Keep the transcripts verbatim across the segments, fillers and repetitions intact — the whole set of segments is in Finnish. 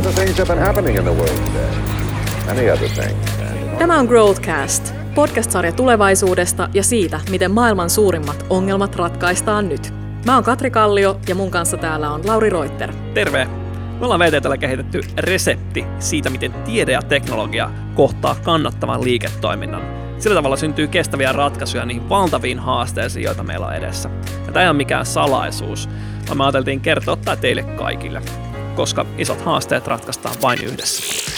other things have been happening in the world today. Many other things. Tämä on Growthcast, podcast-sarja tulevaisuudesta ja siitä, miten maailman suurimmat ongelmat ratkaistaan nyt. Mä oon Katri Kallio ja mun kanssa täällä on Lauri Reuter. Terve! Me ollaan V T T:llä kehitetty resepti siitä, miten tiede ja teknologia kohtaa kannattavan liiketoiminnan. Sillä tavalla syntyy kestäviä ratkaisuja niihin valtaviin haasteisiin, joita meillä on edessä. Ja tämä ei ole mikään salaisuus, vaan me ajateltiin kertoa tämä teille kaikille, koska isot haasteet ratkaistaan vain yhdessä.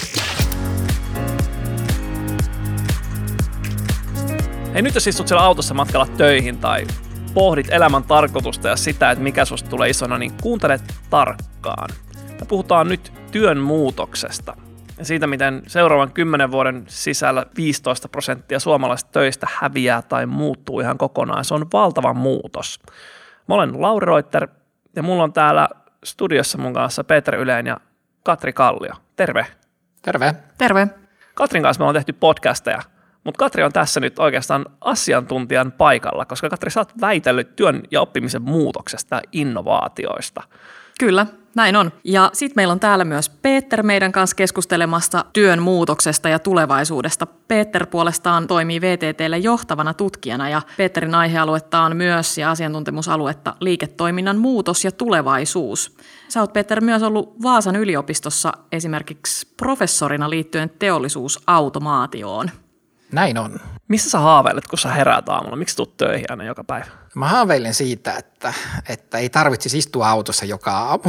Hei, nyt jos istut siellä autossa matkalla töihin tai pohdit elämän tarkoitusta ja sitä, että mikä susta tulee isona, niin kuuntele tarkkaan. Me puhutaan nyt työn muutoksesta ja siitä, miten seuraavan kymmenen vuoden sisällä viisitoista prosenttia suomalaisista töistä häviää tai muuttuu ihan kokonaan. Se on valtava muutos. Mä olen Lauri Reuter ja mulla on täällä studiossa mun kanssa Peter Ylén ja Katri Kallio. Terve. Terve. Terve. Katrin kanssa me ollaan tehty podcasteja, mutta Katri on tässä nyt oikeastaan asiantuntijan paikalla, koska Katri, sä oot väitellyt työn ja oppimisen muutoksesta ja innovaatioista. Kyllä, näin on. Ja sitten meillä on täällä myös Peter meidän kanssa keskustelemassa työn muutoksesta ja tulevaisuudesta. Peter puolestaan toimii V T T:llä johtavana tutkijana ja Peterin aihealuetta on myös ja asiantuntemusaluetta liiketoiminnan muutos ja tulevaisuus. Sä oot, Peter, myös ollut Vaasan yliopistossa esimerkiksi professorina liittyen teollisuusautomaatioon. Näin on. Missä sä haaveilet, kun sä heräät aamulla? Miksi tuut töihin aina joka päivä? Mä haaveilen siitä, että, että ei tarvitsisi istua autossa joka aamu.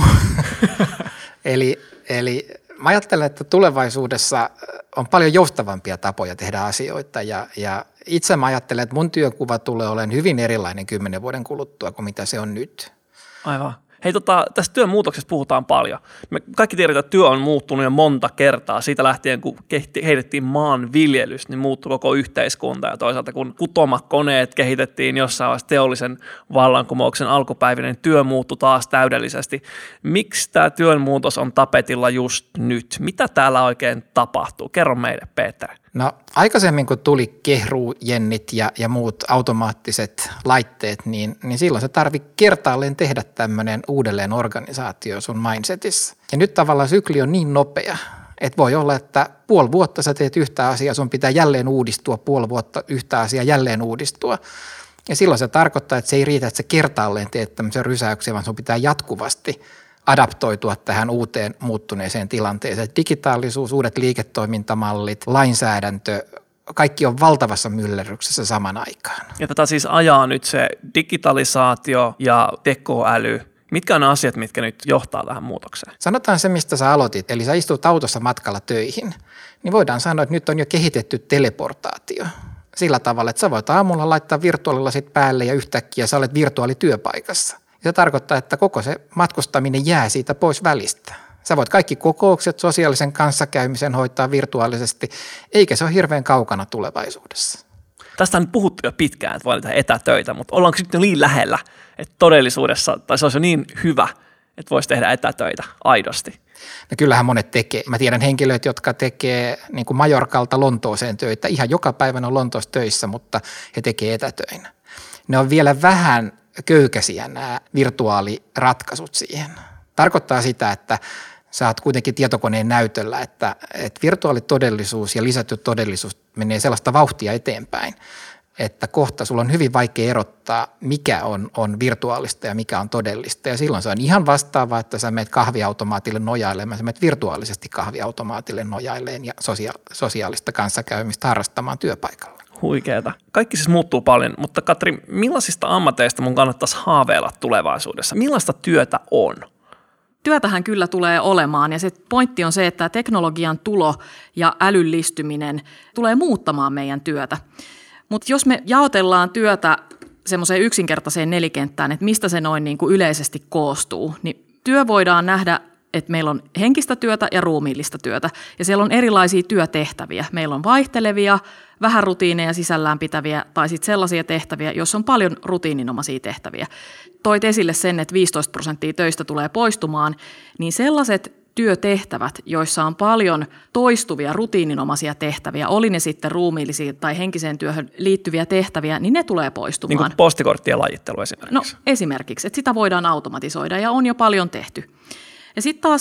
eli, eli mä ajattelen, että tulevaisuudessa on paljon joustavampia tapoja tehdä asioita ja, ja itse mä ajattelen, että mun työnkuva tulee olemaan hyvin erilainen kymmenen vuoden kuluttua kuin mitä se on nyt. Aivan. Hei, tota, tästä työn muutoksesta puhutaan paljon. Me kaikki tiedetään, että työ on muuttunut jo monta kertaa. Siitä lähtien, kun heitettiin maanviljelys, niin muuttui koko yhteiskunta. Ja toisaalta, kun kutomakoneet kehitettiin jossain vaiheessa teollisen vallankumouksen alkupäivinä, niin työ muuttui taas täydellisesti. Miksi tämä työn muutos on tapetilla just nyt? Mitä täällä oikein tapahtuu? Kerro meille, Peter. No aikaisemmin, kun tuli kehruujennit ja, ja muut automaattiset laitteet, niin, niin silloin se tarvii kertaalleen tehdä tämmöinen uudelleen organisaatio sun mindsetissä. Ja nyt tavallaan sykli on niin nopea, että voi olla, että puoli vuotta sä teet yhtä asiaa, sun pitää jälleen uudistua, puoli vuotta yhtä asiaa, jälleen uudistua. Ja silloin se tarkoittaa, että se ei riitä, että sä kertaalleen teet tämmöisen rysäyksen, vaan sun pitää jatkuvasti adaptoitua tähän uuteen muuttuneeseen tilanteeseen. Digitaalisuus, uudet liiketoimintamallit, lainsäädäntö, kaikki on valtavassa myllerryksessä saman aikaan. Ja tätä siis ajaa nyt se digitalisaatio ja tekoäly. Mitkä on ne asiat, mitkä nyt johtaa tähän muutokseen? Sanotaan se, mistä sä aloitit, eli sä istut autossa matkalla töihin, niin voidaan sanoa, että nyt on jo kehitetty teleportaatio. Sillä tavalla, että sä voit aamulla laittaa virtuaalilasit päälle ja yhtäkkiä sä olet virtuaalityöpaikassa. Se tarkoittaa, että koko se matkustaminen jää siitä pois välistä. Sä voit kaikki kokoukset, sosiaalisen kanssakäymisen hoitaa virtuaalisesti, eikä se ole hirveän kaukana tulevaisuudessa. Tästä on puhuttu jo pitkään, että voi tehdä etätöitä, mutta ollaanko sitten niin lähellä, että todellisuudessa, tai se olisi jo niin hyvä, että voisi tehdä etätöitä aidosti? No kyllähän monet tekee. Mä tiedän henkilöitä, jotka tekee niin kuin Majorkalta Lontooseen töitä. Ihan joka päivä on Lontoossa töissä, mutta he tekee etätöinä. Ne on vielä vähän köykäisiä nämä virtuaaliratkaisut siihen. Tarkoittaa sitä, että sä oot kuitenkin tietokoneen näytöllä, että, että virtuaalitodellisuus ja lisätty todellisuus menee sellaista vauhtia eteenpäin, että kohta sulla on hyvin vaikea erottaa, mikä on, on virtuaalista ja mikä on todellista. Ja silloin se on ihan vastaavaa, että sä menet kahviautomaatille nojailemaan, sä menet virtuaalisesti kahviautomaatille nojaileen ja sosia- sosiaalista kanssakäymistä harrastamaan työpaikalla. Huikeeta. Kaikki siis muuttuu paljon, mutta Katri, millaisista ammateista mun kannattaisi haaveilla tulevaisuudessa? Millaista työtä on? Työtähän kyllä tulee olemaan ja se pointti on se, että teknologian tulo ja älyllistyminen tulee muuttamaan meidän työtä. Mutta jos me jaotellaan työtä semmoiseen yksinkertaiseen nelikenttään, että mistä se noin niin kuin yleisesti koostuu, niin työ voidaan nähdä, että meillä on henkistä työtä ja ruumiillista työtä ja siellä on erilaisia työtehtäviä. Meillä on vaihtelevia, vähän rutiineja sisällään pitäviä tai sitten sellaisia tehtäviä, joissa on paljon rutiininomaisia tehtäviä. Toit esille sen, että viisitoista prosenttia töistä tulee poistumaan, niin sellaiset työtehtävät, joissa on paljon toistuvia rutiininomaisia tehtäviä, oli ne sitten ruumiillisia tai henkiseen työhön liittyviä tehtäviä, niin ne tulee poistumaan. Niin kuin postikorttien lajittelu esimerkiksi. No esimerkiksi, että sitä voidaan automatisoida ja on jo paljon tehty. Ja sitten taas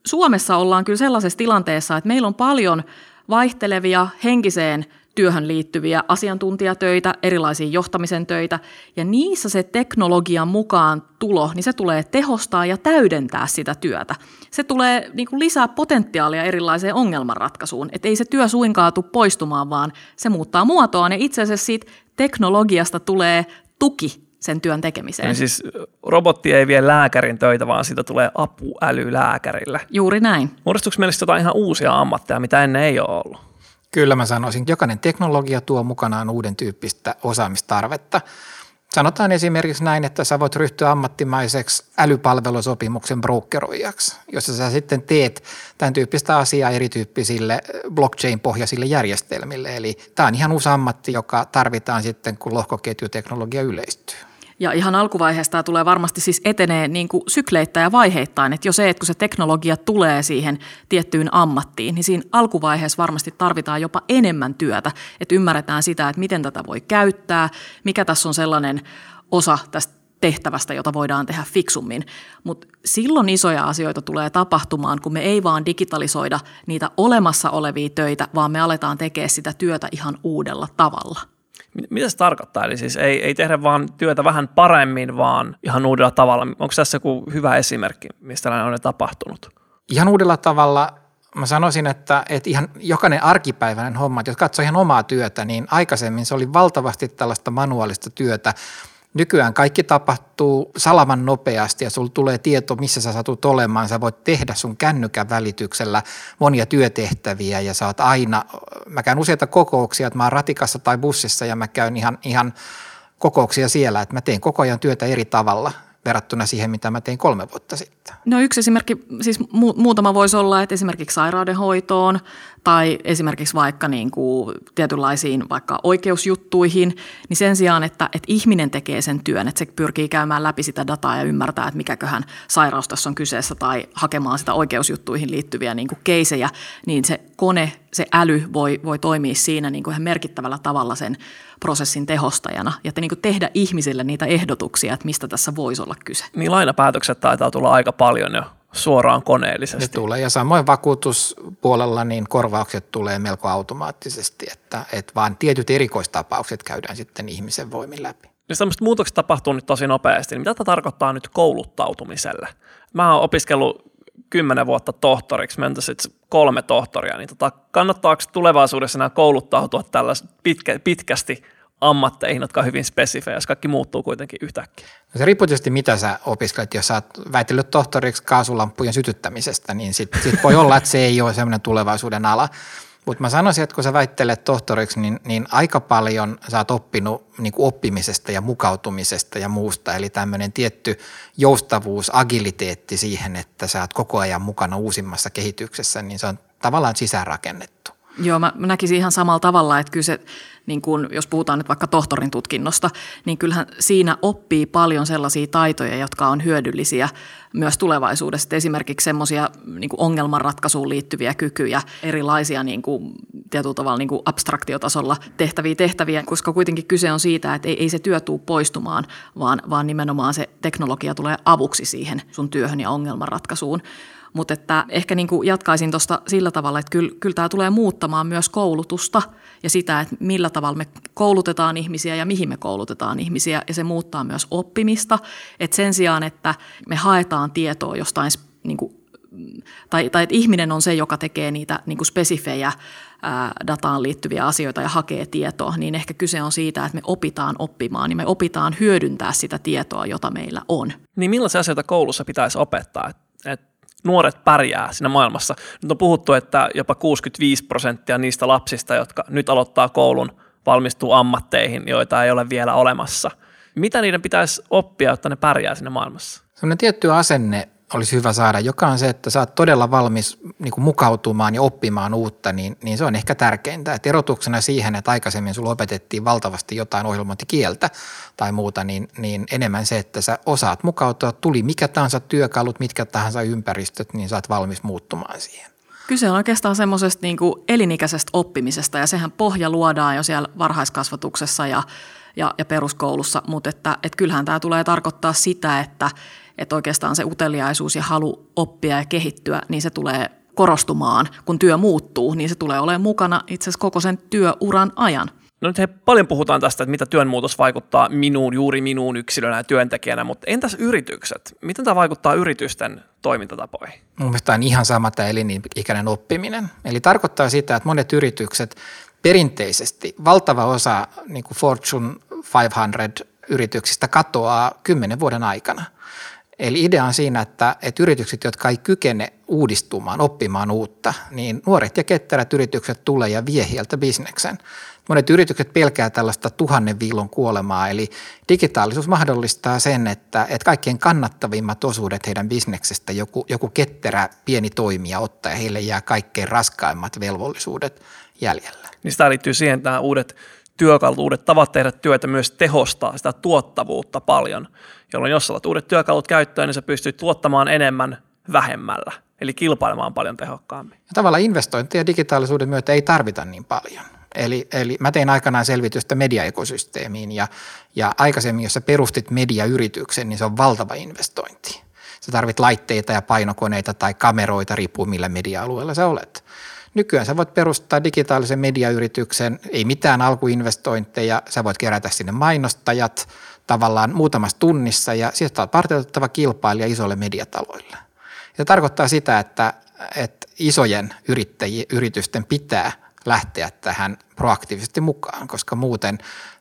Suomessa ollaan kyllä sellaisessa tilanteessa, että meillä on paljon vaihtelevia henkiseen työhön liittyviä asiantuntijatöitä, erilaisia johtamisen töitä, ja niissä se teknologian mukaan tulo, niin se tulee tehostaa ja täydentää sitä työtä. Se tulee niin kuin lisää potentiaalia erilaiseen ongelmanratkaisuun, että ei se työ suinkaan tule poistumaan, vaan se muuttaa muotoaan, ja itse asiassa siitä teknologiasta tulee tuki sen työn tekemiseen. Eli siis robotti ei vie lääkärin töitä, vaan siitä tulee apuäly lääkärille. Juuri näin. Muodostuuko meillä jotain ihan uusia ammatteja, mitä ennen ei ole ollut? Kyllä mä sanoisin, että jokainen teknologia tuo mukanaan uuden tyyppistä osaamistarvetta. Sanotaan esimerkiksi näin, että sä voit ryhtyä ammattimaiseksi älypalvelusopimuksen brokeroijaksi, jossa sä sitten teet tämän tyyppistä asiaa erityyppisille blockchain-pohjaisille järjestelmille. Eli tämä on ihan uusi ammatti, joka tarvitaan sitten, kun lohkoketjuteknologia yleistyy. Ja ihan alkuvaiheesta tämä tulee varmasti siis etenee niin kuin sykleittäin ja vaiheittain, että jo se, että kun se teknologia tulee siihen tiettyyn ammattiin, niin siinä alkuvaiheessa varmasti tarvitaan jopa enemmän työtä, että ymmärretään sitä, että miten tätä voi käyttää, mikä tässä on sellainen osa tästä tehtävästä, jota voidaan tehdä fiksummin. Mutta silloin isoja asioita tulee tapahtumaan, kun me ei vaan digitalisoida niitä olemassa olevia töitä, vaan me aletaan tekemään sitä työtä ihan uudella tavalla. Mitä se tarkoittaa? Eli siis ei, ei tehdä vaan työtä vähän paremmin, vaan ihan uudella tavalla. Onko tässä joku hyvä esimerkki, mistä näin on tapahtunut? Ihan uudella tavalla mä sanoisin, että, että ihan jokainen arkipäiväinen homma, jos katsoo ihan omaa työtä, niin aikaisemmin se oli valtavasti tällaista manuaalista työtä. Nykyään kaikki tapahtuu salaman nopeasti ja sulla tulee tieto, missä sä satut olemaan. Sä voit tehdä sun kännykän välityksellä monia työtehtäviä ja sä oot aina, mä käyn useita kokouksia, että mä oon ratikassa tai bussissa ja mä käyn ihan, ihan kokouksia siellä, että mä teen koko ajan työtä eri tavalla verrattuna siihen, mitä mä tein kolme vuotta sitten. No yksi esimerkki, siis mu- muutama voisi olla, että esimerkiksi sairaudenhoitoon tai esimerkiksi vaikka niin kuin tietynlaisiin vaikka oikeusjuttuihin, niin sen sijaan, että, että ihminen tekee sen työn, että se pyrkii käymään läpi sitä dataa ja ymmärtää, että mikäköhän sairaus tässä on kyseessä tai hakemaan sitä oikeusjuttuihin liittyviä niin kuin keisejä, niin se kone, se äly voi, voi toimia siinä niin kuin ihan merkittävällä tavalla sen prosessin tehostajana ja te, niin kuin tehdä ihmisille niitä ehdotuksia, että mistä tässä voisi olla kyse. Niin lainapäätökset taitaa tulla aika paljon jo suoraan koneellisesti. Ne tulee ja samoin vakuutuspuolella niin korvaukset tulee melko automaattisesti, että, että vaan tietyt erikoistapaukset käydään sitten ihmisen voimin läpi. Jos tämmöiset muutokset tapahtuu nyt tosi nopeasti, niin mitä tämä tarkoittaa nyt kouluttautumiselle? Mä oon opiskellut kymmenen vuotta tohtoriksi, mä entäs sitten kolme tohtoria, niin tota, kannattaako tulevaisuudessa nämä kouluttautua tällaiset pitkä, pitkästi ammatteihin, jotka on hyvin spesifejä, jos kaikki muuttuu kuitenkin yhtäkkiä? No se riippuu tietysti, mitä sä opiskelet. Jos sä oot väitellyt tohtoriksi kaasulampujen sytyttämisestä, niin sitten sit voi olla, että se ei ole sellainen tulevaisuuden ala. Mutta mä sanoisin, että kun sä väittelet tohtoriksi, niin, niin aika paljon sä oot oppinut niin kuin oppimisesta ja mukautumisesta ja muusta. Eli tämmöinen tietty joustavuus, agiliteetti siihen, että sä oot koko ajan mukana uusimmassa kehityksessä, niin se on tavallaan sisäänrakennettu. Joo, mä näkisin ihan samalla tavalla, että kyllä se, niin kun, jos puhutaan nyt vaikka tohtorin tutkinnosta, niin kyllähän siinä oppii paljon sellaisia taitoja, jotka on hyödyllisiä myös tulevaisuudessa. Et esimerkiksi semmoisia niin kuin ongelmanratkaisuun liittyviä kykyjä, erilaisia niin kuin, tietyllä tavalla niin kuin abstraktiotasolla tehtäviä tehtäviä, koska kuitenkin kyse on siitä, että ei, ei se työ tule poistumaan, vaan, vaan nimenomaan se teknologia tulee avuksi siihen sun työhön ja ongelmanratkaisuun. Mutta että ehkä niin kuin jatkaisin tuosta sillä tavalla, että kyllä, kyllä tämä tulee muuttamaan myös koulutusta ja sitä, että millä tavalla me koulutetaan ihmisiä ja mihin me koulutetaan ihmisiä. Ja se muuttaa myös oppimista, että sen sijaan, että me haetaan tietoa jostain, niin kuin, tai, tai että ihminen on se, joka tekee niitä niin kuin spesifejä ää, dataan liittyviä asioita ja hakee tietoa, niin ehkä kyse on siitä, että me opitaan oppimaan, niin me opitaan hyödyntää sitä tietoa, jota meillä on. Niin millaisia asioita koulussa pitäisi opettaa, että et nuoret pärjää siinä maailmassa? Nyt on puhuttu, että jopa kuusikymmentäviisi prosenttia niistä lapsista, jotka nyt aloittaa koulun, valmistuu ammatteihin, joita ei ole vielä olemassa. Mitä niiden pitäisi oppia, jotta ne pärjää siinä maailmassa? Sellainen tietty asenne olisi hyvä saada, joka on se, että sä oot todella valmis niin kuin mukautumaan ja oppimaan uutta, niin, niin se on ehkä tärkeintä. Et erotuksena siihen, että aikaisemmin sulla opetettiin valtavasti jotain ohjelmointikieltä tai muuta, niin, niin enemmän se, että sä osaat mukautua, tuli mikä tahansa työkalut, mitkä tahansa ympäristöt, niin sä oot valmis muuttumaan siihen. Kyse on oikeastaan semmoisesta niin kuin elinikäisestä oppimisesta ja sehän pohja luodaan jo siellä varhaiskasvatuksessa ja, ja, ja peruskoulussa, mutta että, että kyllähän tämä tulee tarkoittaa sitä, että että oikeastaan se uteliaisuus ja halu oppia ja kehittyä, niin se tulee korostumaan, kun työ muuttuu, niin se tulee olemaan mukana itse asiassa koko sen työuran ajan. No nyt he paljon puhutaan tästä, että mitä työnmuutos vaikuttaa minuun, juuri minuun yksilönä ja työntekijänä, mutta entäs yritykset? Miten tämä vaikuttaa yritysten toimintatapoihin? Mun mielestä on ihan sama tämä elinikäinen oppiminen. Eli tarkoittaa sitä, että monet yritykset perinteisesti, valtava osa niin kuin Fortune viisisataa-yrityksistä katoaa kymmenen vuoden aikana. Eli idea on siinä, että, että yritykset, jotka ei kykene uudistumaan, oppimaan uutta, niin nuoret ja ketterät yritykset tulee ja vie hieltä bisneksen. Monet yritykset pelkää tällaista tuhannen viilon kuolemaa, eli digitaalisuus mahdollistaa sen, että, että kaikkein kannattavimmat osuudet heidän bisneksestä joku, joku ketterä pieni toimija ottaa ja heille jää kaikkein raskaimmat velvollisuudet jäljellä. Niin sitä liittyy siihen, että nämä uudet työkalut, uudet tavat tehdä työtä myös tehostaa sitä tuottavuutta paljon, jolloin jos saat uudet työkalut käyttöön, niin sä pystyt tuottamaan enemmän vähemmällä, eli kilpailemaan paljon tehokkaammin. Ja tavallaan investointeja digitaalisuuden myötä ei tarvita niin paljon. Eli, eli mä tein aikanaan selvitystä mediaekosysteemiin ja, ja aikaisemmin, jos sä perustit mediayrityksen, niin se on valtava investointi. Sä tarvit laitteita ja painokoneita tai kameroita, riippuu millä media-alueella sä olet. Nykyään sä voit perustaa digitaalisen mediayrityksen, ei mitään alkuinvestointeja, sä voit kerätä sinne mainostajat tavallaan muutamassa tunnissa ja sieltä olet parteutettava kilpailija isoille mediataloille. Se tarkoittaa sitä, että, että isojen yrittäjien, yritysten pitää lähteä tähän proaktiivisesti mukaan, koska muuten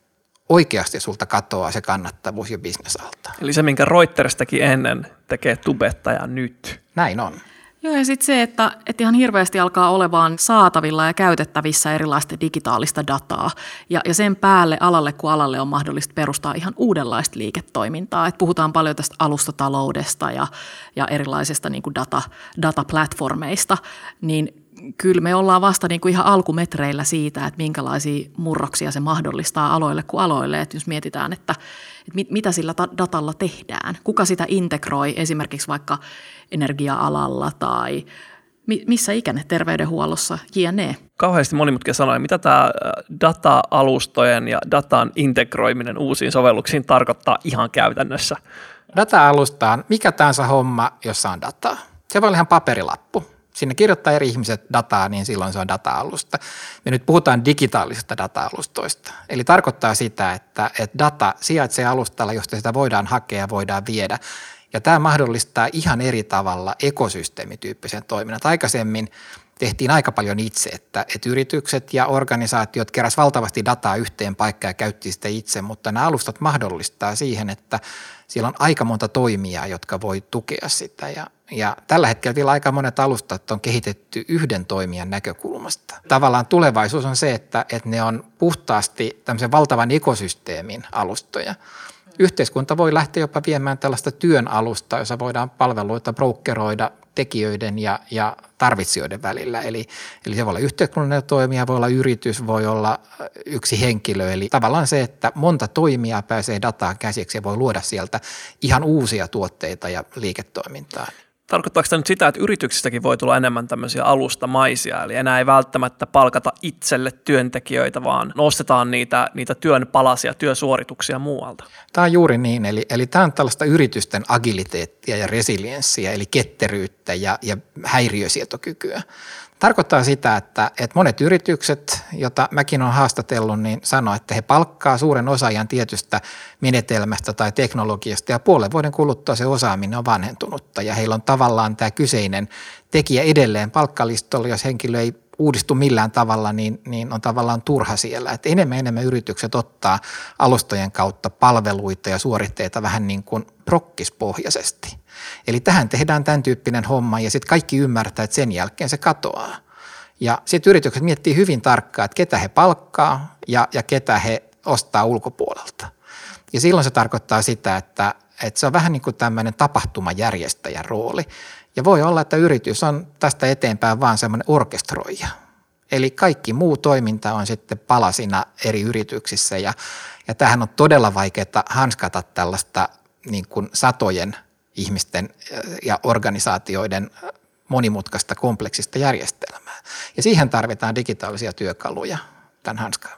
oikeasti sulta katoaa se kannattavuus ja bisnesalta. Eli se, minkä Reuters teki ennen, tekee tubettaja nyt. Näin on. Joo, ja sitten se, että, että ihan hirveästi alkaa olemaan saatavilla ja käytettävissä erilaista digitaalista dataa. Ja, ja sen päälle alalle kuin alalle on mahdollista perustaa ihan uudenlaista liiketoimintaa. Et puhutaan paljon tästä alustataloudesta ja, ja erilaisista niin kuin data, dataplatformeista, niin kyllä me ollaan vasta niin kuin ihan alkumetreillä siitä, että minkälaisia murroksia se mahdollistaa aloille kuin aloille. Että jos mietitään, että, että mit, mitä sillä datalla tehdään, kuka sitä integroi esimerkiksi vaikka energia-alalla tai mi, missä ikinä terveydenhuollossa, jne. Kauheasti monimutkaisia sanoja. Mitä tämä data-alustojen ja datan integroiminen uusiin sovelluksiin tarkoittaa ihan käytännössä? Data-alusta on mikä tahansa homma, jossa on dataa. Se voi olla ihan paperilappu. Sinne kirjoittaa eri ihmiset dataa, niin silloin se on data-alusta. Me nyt puhutaan digitaalisista data-alustoista. Eli tarkoittaa sitä, että, että data sijaitsee alustalla, josta sitä voidaan hakea ja voidaan viedä. Ja tämä mahdollistaa ihan eri tavalla ekosysteemityyppisen toiminnan. Aikaisemmin tehtiin aika paljon itse, että, että yritykset ja organisaatiot keräsivät valtavasti dataa yhteen paikkaan ja käytti sitä itse, mutta nämä alustat mahdollistaa siihen, että siellä on aika monta toimijaa, jotka voi tukea sitä ja Ja tällä hetkellä vielä aika monet alustat on kehitetty yhden toimijan näkökulmasta. Tavallaan tulevaisuus on se, että, että ne on puhtaasti tämmöisen valtavan ekosysteemin alustoja. Yhteiskunta voi lähteä jopa viemään tällaista työn alusta, jossa voidaan palveluita brokeroida tekijöiden ja, ja tarvitsijoiden välillä. Eli, eli se voi olla yhteiskunnallinen toimija, voi olla yritys, voi olla yksi henkilö. Eli tavallaan se, että monta toimijaa pääsee dataan käsiksi ja voi luoda sieltä ihan uusia tuotteita ja liiketoimintaa. Tarkoittaako tämä nyt sitä, että yrityksistäkin voi tulla enemmän tämmöisiä alustamaisia, eli enää ei välttämättä palkata itselle työntekijöitä, vaan nostetaan niitä, niitä työn palasia, työsuorituksia muualta? Tämä on juuri niin, eli, eli tämä on tällaista yritysten agiliteettia ja resilienssiä, eli ketteryyttä ja, ja häiriösietokykyä. Tarkoittaa sitä, että, että monet yritykset, joita mäkin olen haastatellut, niin sanoo, että he palkkaa suuren osaajan tietystä menetelmästä tai teknologiasta ja puolen vuoden kuluttua se osaaminen on vanhentunutta ja heillä on tavallaan tämä kyseinen tekijä edelleen palkkalistolla, jos henkilö ei uudistu millään tavalla, niin, niin on tavallaan turha siellä. Että enemmän enemmän yritykset ottaa alustojen kautta palveluita ja suoritteita vähän niin kuin prokkispohjaisesti. Eli tähän tehdään tämän tyyppinen homma ja sitten kaikki ymmärtää, että sen jälkeen se katoaa. Ja sitten yritykset miettii hyvin tarkkaan, että ketä he palkkaa ja, ja ketä he ostaa ulkopuolelta. Ja silloin se tarkoittaa sitä, että, että se on vähän niin kuin tämmöinen tapahtumajärjestäjän rooli. Ja voi olla, että yritys on tästä eteenpäin vaan semmoinen orkestroija. Eli kaikki muu toiminta on sitten palasina eri yrityksissä ja, ja tämähän on todella vaikeaa hanskata tällaista niin kuin satojen ihmisten ja organisaatioiden monimutkaista kompleksista järjestelmää. Ja siihen tarvitaan digitaalisia työkaluja tämän hanskaamista.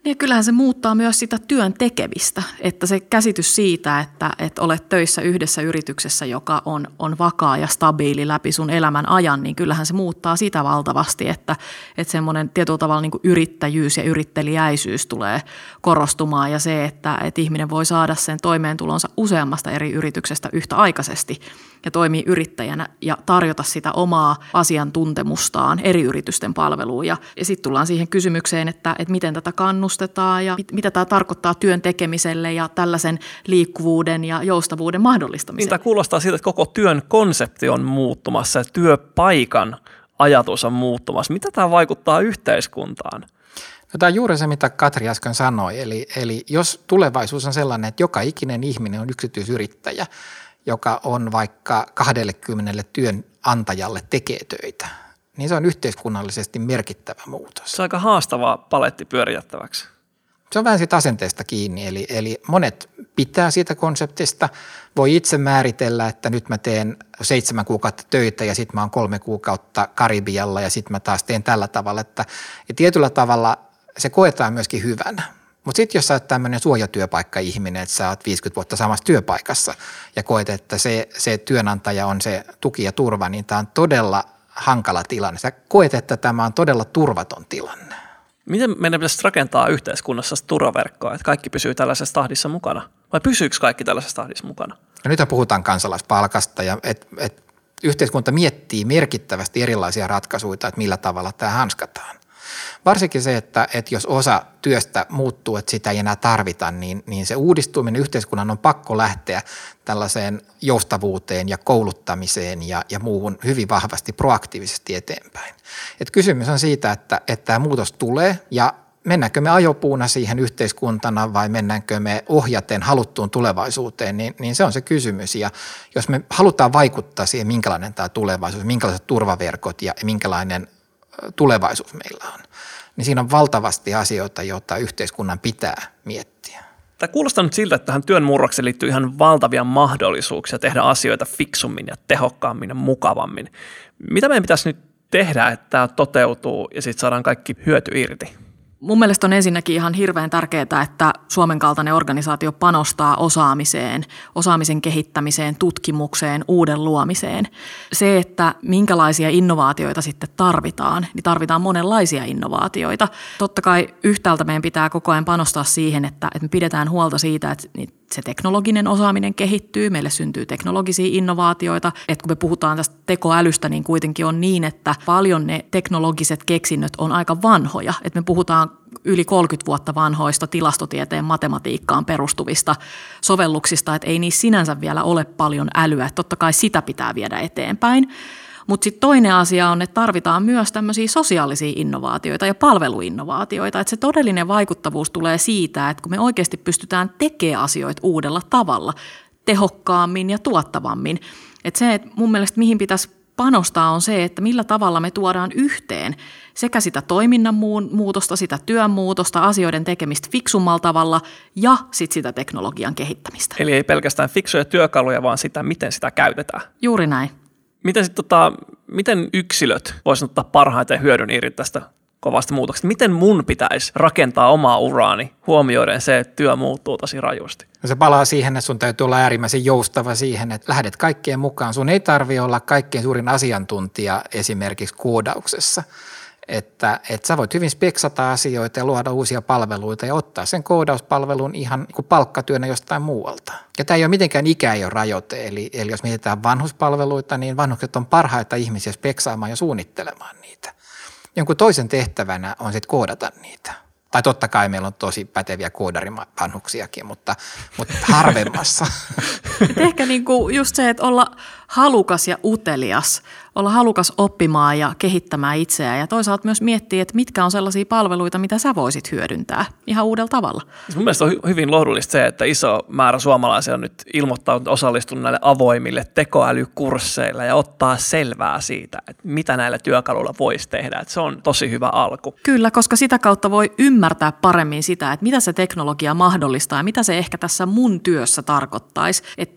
Niin kyllähän se muuttaa myös sitä työn tekemistä, että se käsitys siitä, että, että olet töissä yhdessä yrityksessä, joka on, on vakaa ja stabiili läpi sun elämän ajan, niin kyllähän se muuttaa sitä valtavasti, että, että semmoinen tietyllä tavalla niin kuin yrittäjyys ja yrittelijäisyys tulee korostumaan ja se, että, että ihminen voi saada sen toimeentulonsa useammasta eri yrityksestä yhtäaikaisesti ja toimii yrittäjänä ja tarjota sitä omaa asiantuntemustaan eri yritysten palveluun. Ja, ja sitten tullaan siihen kysymykseen, että, että miten tätä kannustetaan ja mit, mitä tämä tarkoittaa työn tekemiselle ja tällaisen liikkuvuuden ja joustavuuden mahdollistamiselle. Niin tämä kuulostaa siltä, että koko työn konsepti on muuttumassa ja työpaikan ajatus on muuttumassa. Mitä tämä vaikuttaa yhteiskuntaan? No, tämä on juuri se, mitä Katri äsken sanoi. Eli, eli jos tulevaisuus on sellainen, että joka ikinen ihminen on yksityisyrittäjä, joka on vaikka kaksikymmentä työnantajalle tekee töitä, niin se on yhteiskunnallisesti merkittävä muutos. Se on aika haastava paletti pyörittäväksi. Se on vähän siitä asenteesta kiinni, eli, eli monet pitää siitä konseptista, voi itse määritellä, että nyt mä teen seitsemän kuukautta töitä ja sitten mä oon kolme kuukautta Karibialla ja sitten mä taas teen tällä tavalla, että ja tietyllä tavalla se koetaan myöskin hyvänä. Mutta sitten jos sä oot tämmöinen suojatyöpaikka-ihminen, että sä oot viisikymmentä vuotta samassa työpaikassa ja koet, että se, se työnantaja on se tuki ja turva, niin tämä on todella hankala tilanne. Sä koet, että tämä on todella turvaton tilanne. Miten meidän pitäisi rakentaa yhteiskunnassa turvaverkkoa, että kaikki pysyy tällaisessa tahdissa mukana? Vai pysyykö kaikki tällaisessa tahdissa mukana? No nyt puhutaan kansalaispalkasta ja et, et yhteiskunta miettii merkittävästi erilaisia ratkaisuja, että millä tavalla tämä hanskataan. Varsinkin se, että, että jos osa työstä muuttuu, että sitä ei enää tarvita, niin, niin se uudistuminen yhteiskunnan on pakko lähteä tällaiseen joustavuuteen ja kouluttamiseen ja, ja muuhun hyvin vahvasti proaktiivisesti eteenpäin. Et kysymys on siitä, että, että tämä muutos tulee ja mennäänkö me ajopuuna siihen yhteiskuntana vai mennäänkö me ohjaten haluttuun tulevaisuuteen, niin, niin se on se kysymys. Ja jos me halutaan vaikuttaa siihen, minkälainen tämä tulevaisuus, minkälaiset turvaverkot ja minkälainen tulevaisuus meillä on, niin siinä on valtavasti asioita, joita yhteiskunnan pitää miettiä. Tämä kuulostaa nyt siltä, että tähän työn murrokseen liittyy ihan valtavia mahdollisuuksia tehdä asioita fiksummin ja tehokkaammin ja mukavammin. Mitä meidän pitäisi nyt tehdä, että tämä toteutuu ja sitten saadaan kaikki hyöty irti? Mun mielestä on ensinnäkin ihan hirveän tärkeää, että Suomen kaltainen organisaatio panostaa osaamiseen, osaamisen kehittämiseen, tutkimukseen, uuden luomiseen. Se, että minkälaisia innovaatioita sitten tarvitaan, niin tarvitaan monenlaisia innovaatioita. Totta kai yhtäältä meidän pitää koko ajan panostaa siihen, että, että me pidetään huolta siitä, että se teknologinen osaaminen kehittyy, meille syntyy teknologisia innovaatioita. Että kun me puhutaan tästä tekoälystä, niin kuitenkin on niin, että paljon ne teknologiset keksinnöt on aika vanhoja. Että me puhutaan yli kolmekymmentä vuotta vanhoista tilastotieteen matematiikkaan perustuvista sovelluksista, että ei niissä sinänsä vielä ole paljon älyä. Että totta kai sitä pitää viedä eteenpäin. Mutta sitten toinen asia on, että tarvitaan myös tämmöisiä sosiaalisia innovaatioita ja palveluinnovaatioita. Että se todellinen vaikuttavuus tulee siitä, että kun me oikeasti pystytään tekemään asioita uudella tavalla, tehokkaammin ja tuottavammin. Että se, että mun mielestä mihin pitäisi panostaa on se, että millä tavalla me tuodaan yhteen sekä sitä toiminnan muutosta, sitä työn muutosta, asioiden tekemistä fiksummalla tavalla ja sitten sitä teknologian kehittämistä. Eli ei pelkästään fiksuja työkaluja, vaan sitä, miten sitä käytetään. Juuri näin. Miten, sit, tota, miten yksilöt voisivat ottaa parhaiten hyödyn irti tästä kovasta muutoksesta? Miten mun pitäisi rakentaa omaa uraani huomioiden se, että työ muuttuu tosi rajusti? No se palaa siihen, että sun täytyy olla äärimmäisen joustava siihen, että lähdet kaikkeen mukaan. Sun ei tarvitse olla kaikkein suurin asiantuntija esimerkiksi koodauksessa. Että, että sä voit hyvin speksata asioita ja luoda uusia palveluita ja ottaa sen koodauspalvelun ihan niin kuin palkkatyönä jostain muualta. Ja tämä ei ole mitenkään ikä ei ole rajoite, eli, eli jos mietitään vanhuspalveluita, niin vanhukset on parhaita ihmisiä speksaamaan ja suunnittelemaan niitä. Jonkun toisen tehtävänä on sitten koodata niitä. Tai totta kai meillä on tosi päteviä koodarivanhuksiakin, mutta, mutta harvemmassa. Et ehkä niinku just se, että olla halukas ja utelias, olla halukas oppimaan ja kehittämään itseään ja toisaalta myös miettiä, että mitkä on sellaisia palveluita, mitä sä voisit hyödyntää ihan uudella tavalla. Mun mielestä on hyvin lohdullista se, että iso määrä suomalaisia on nyt ilmoittanut osallistunut näille avoimille tekoälykursseille ja ottaa selvää siitä, että mitä näillä työkaluilla voisi tehdä. Että se on tosi hyvä alku. Kyllä, koska sitä kautta voi ymmärtää paremmin sitä, että mitä se teknologia mahdollistaa ja mitä se ehkä tässä mun työssä tarkoittaisi. Että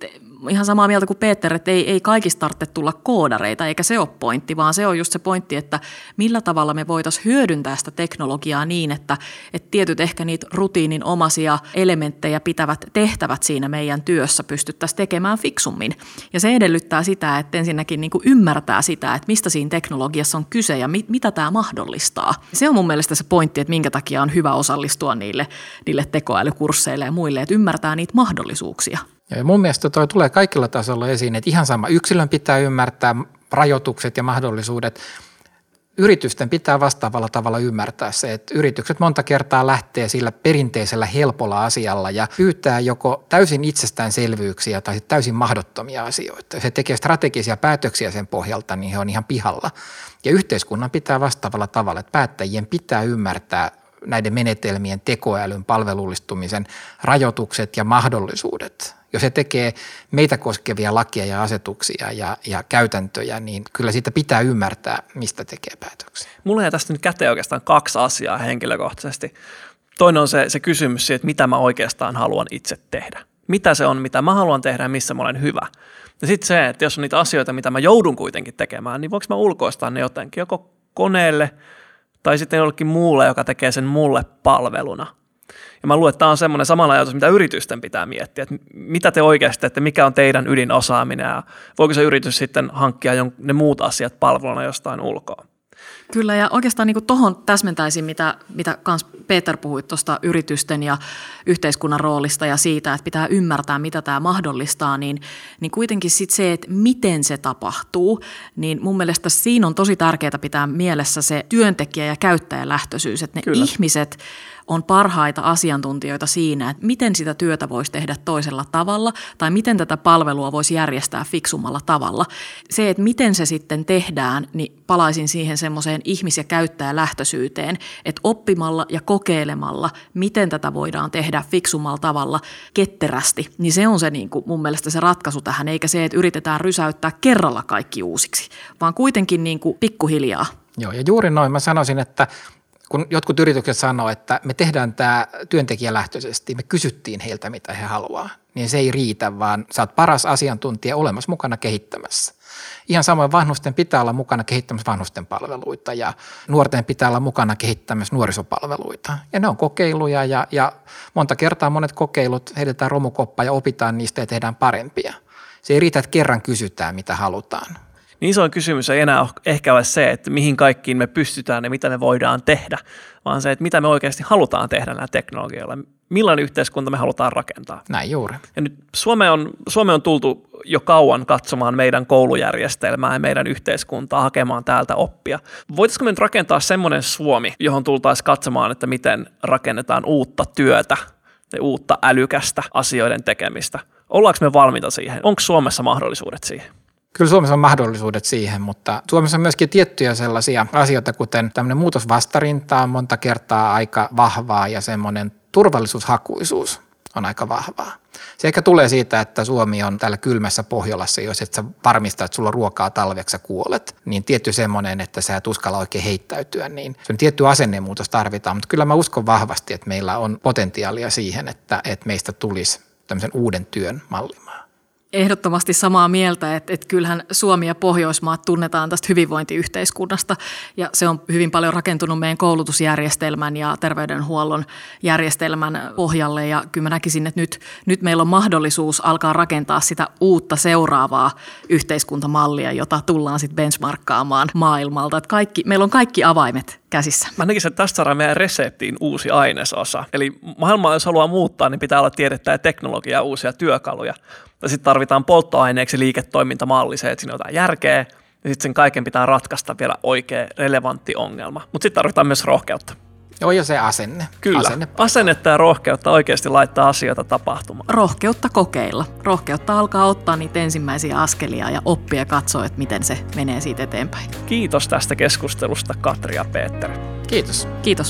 ihan samaa mieltä kuin Peter, että ei, ei kaikista tarvitse tulla koodareita, eikä se ole pointti, vaan se on just se pointti, että millä tavalla me voitaisiin hyödyntää sitä teknologiaa niin, että, että tietyt ehkä niitä rutiininomaisia elementtejä pitävät tehtävät siinä meidän työssä pystyttäisiin tekemään fiksummin. Ja se edellyttää sitä, että ensinnäkin niin kuin ymmärtää sitä, että mistä siinä teknologiassa on kyse ja mit, mitä tämä mahdollistaa. Se on mun mielestä se pointti, että minkä takia on hyvä osallistua niille, niille tekoälykursseille ja muille, että ymmärtää niitä mahdollisuuksia. Ja mun mielestä toi tulee kaikilla tasolla esiin, että ihan sama yksilön pitää ymmärtää rajoitukset ja mahdollisuudet. Yritysten pitää vastaavalla tavalla ymmärtää se, että yritykset monta kertaa lähtee sillä perinteisellä helpolla asialla ja pyytää joko täysin itsestäänselvyyksiä tai täysin mahdottomia asioita. Jos he tekee strategisia päätöksiä sen pohjalta, niin he on ihan pihalla. Ja yhteiskunnan pitää vastaavalla tavalla, että päättäjien pitää ymmärtää näiden menetelmien, tekoälyn, palvelullistumisen rajoitukset ja mahdollisuudet. Jos se tekee meitä koskevia lakia ja asetuksia ja, ja käytäntöjä, niin kyllä siitä pitää ymmärtää, mistä tekee päätöksiä. Mulla jää tästä nyt käteen oikeastaan kaksi asiaa henkilökohtaisesti. Toinen on se, se kysymys siitä, että mitä mä oikeastaan haluan itse tehdä. Mitä se on, mitä mä haluan tehdä ja missä mä olen hyvä. Ja sitten se, että jos on niitä asioita, mitä mä joudun kuitenkin tekemään, niin voinko mä ulkoistaa ne jotenkin joko koneelle tai sitten jollekin muulle, joka tekee sen mulle palveluna. Ja mä luulen, että tämä on semmoinen samalla ajatus, mitä yritysten pitää miettiä, että mitä te oikeasti teette, mikä on teidän ydinosaaminen ja voiko se yritys sitten hankkia ne muut asiat palveluna jostain ulkoa. Kyllä, ja oikeastaan niin tuohon täsmentäisin, mitä, mitä kans Peter puhui tuosta yritysten ja yhteiskunnan roolista ja siitä, että pitää ymmärtää, mitä tämä mahdollistaa, niin, niin kuitenkin sitten se, että miten se tapahtuu, niin mun mielestä siinä on tosi tärkeää pitää mielessä se työntekijä- ja käyttäjälähtöisyys, että ne Kyllä. ihmiset on parhaita asiantuntijoita siinä, että miten sitä työtä voisi tehdä toisella tavalla tai miten tätä palvelua voisi järjestää fiksummalla tavalla. Se, että miten se sitten tehdään, niin palaisin siihen semmoiseen ihmis- ja käyttäjälähtöisyyteen, että oppimalla ja kokeilemalla, miten tätä voidaan tehdä fiksummalla tavalla ketterästi, niin se on se niin kuin mun mielestä se ratkaisu tähän, eikä se, että yritetään rysäyttää kerralla kaikki uusiksi, vaan kuitenkin niin kuin pikkuhiljaa. Joo, ja juuri noin mä sanoisin, että kun jotkut yritykset sanoo, että me tehdään tämä työntekijälähtöisesti, me kysyttiin heiltä, mitä he haluaa, niin se ei riitä, vaan sä oot paras asiantuntija olemassa mukana kehittämässä. Ihan samoin vanhusten pitää olla mukana kehittämässä vanhusten palveluita ja nuorten pitää olla mukana kehittämässä nuorisopalveluita. Ja ne on kokeiluja ja, ja monta kertaa monet kokeilut heitetään romukoppaan ja opitaan niistä ja tehdään parempia. Se ei riitä, että kerran kysytään, mitä halutaan. Niin isoin kysymys ei enää ehkä ole se, että mihin kaikkiin me pystytään ja mitä me voidaan tehdä, vaan se, että mitä me oikeasti halutaan tehdä näillä teknologioilla. Millainen yhteiskunta me halutaan rakentaa. Näin juuri. Ja nyt Suome on, Suome on tultu jo kauan katsomaan meidän koulujärjestelmää ja meidän yhteiskuntaa, hakemaan täältä oppia. Voitaisiko me nyt rakentaa semmoinen Suomi, johon tultaisiin katsomaan, että miten rakennetaan uutta työtä ja uutta älykästä asioiden tekemistä? Ollaanko me valmiita siihen? Onko Suomessa mahdollisuudet siihen? Kyllä Suomessa on mahdollisuudet siihen, mutta Suomessa on myöskin tiettyjä sellaisia asioita, kuten tämmöinen muutosvastarinta on monta kertaa aika vahvaa ja semmoinen turvallisuushakuisuus on aika vahvaa. Se ehkä tulee siitä, että Suomi on täällä kylmässä Pohjolassa, jos et sä varmista, että sulla on ruokaa talveksi sä kuolet, niin tietty semmoinen, että sä et uskalla oikein heittäytyä, niin se on tietty asennemuutos tarvitaan, mutta kyllä mä uskon vahvasti, että meillä on potentiaalia siihen, että, että meistä tulisi tämmöisen uuden työn mallimaa. Ehdottomasti samaa mieltä, että, että kyllähän Suomi ja Pohjoismaat tunnetaan tästä hyvinvointiyhteiskunnasta ja se on hyvin paljon rakentunut meidän koulutusjärjestelmän ja terveydenhuollon järjestelmän pohjalle ja kyllä mä näkisin, että nyt, nyt meillä on mahdollisuus alkaa rakentaa sitä uutta seuraavaa yhteiskuntamallia, jota tullaan sitten benchmarkkaamaan maailmalta. Että kaikki, meillä on kaikki avaimet käsissä. Mä näkisin, että tästä saadaan meidän reseptiin uusi ainesosa. Eli maailmaa, jos haluaa muuttaa, niin pitää olla tiedettä ja teknologiaa, uusia työkaluja. Ja sitten tarvitaan polttoaineeksi liiketoimintamalli, se, että siinä on jotain järkeä, ja sitten sen kaiken pitää ratkaista vielä oikea, relevantti ongelma. Mutta sitten tarvitaan myös rohkeutta. Joo, ja se asenne. Kyllä, asenne asennetta ja rohkeutta oikeasti laittaa asioita tapahtumaan. Rohkeutta kokeilla. Rohkeutta alkaa ottaa niitä ensimmäisiä askelia ja oppia ja katsoa, että miten se menee siitä eteenpäin. Kiitos tästä keskustelusta, Katri ja Peter. Kiitos. Kiitos.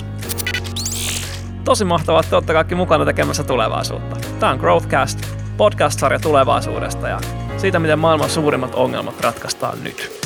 Tosi mahtavaa, että olette kaikki mukana tekemässä tulevaisuutta. Tämä on Growthcast, podcast-sarja tulevaisuudesta ja siitä, miten maailman suurimmat ongelmat ratkaistaan nyt.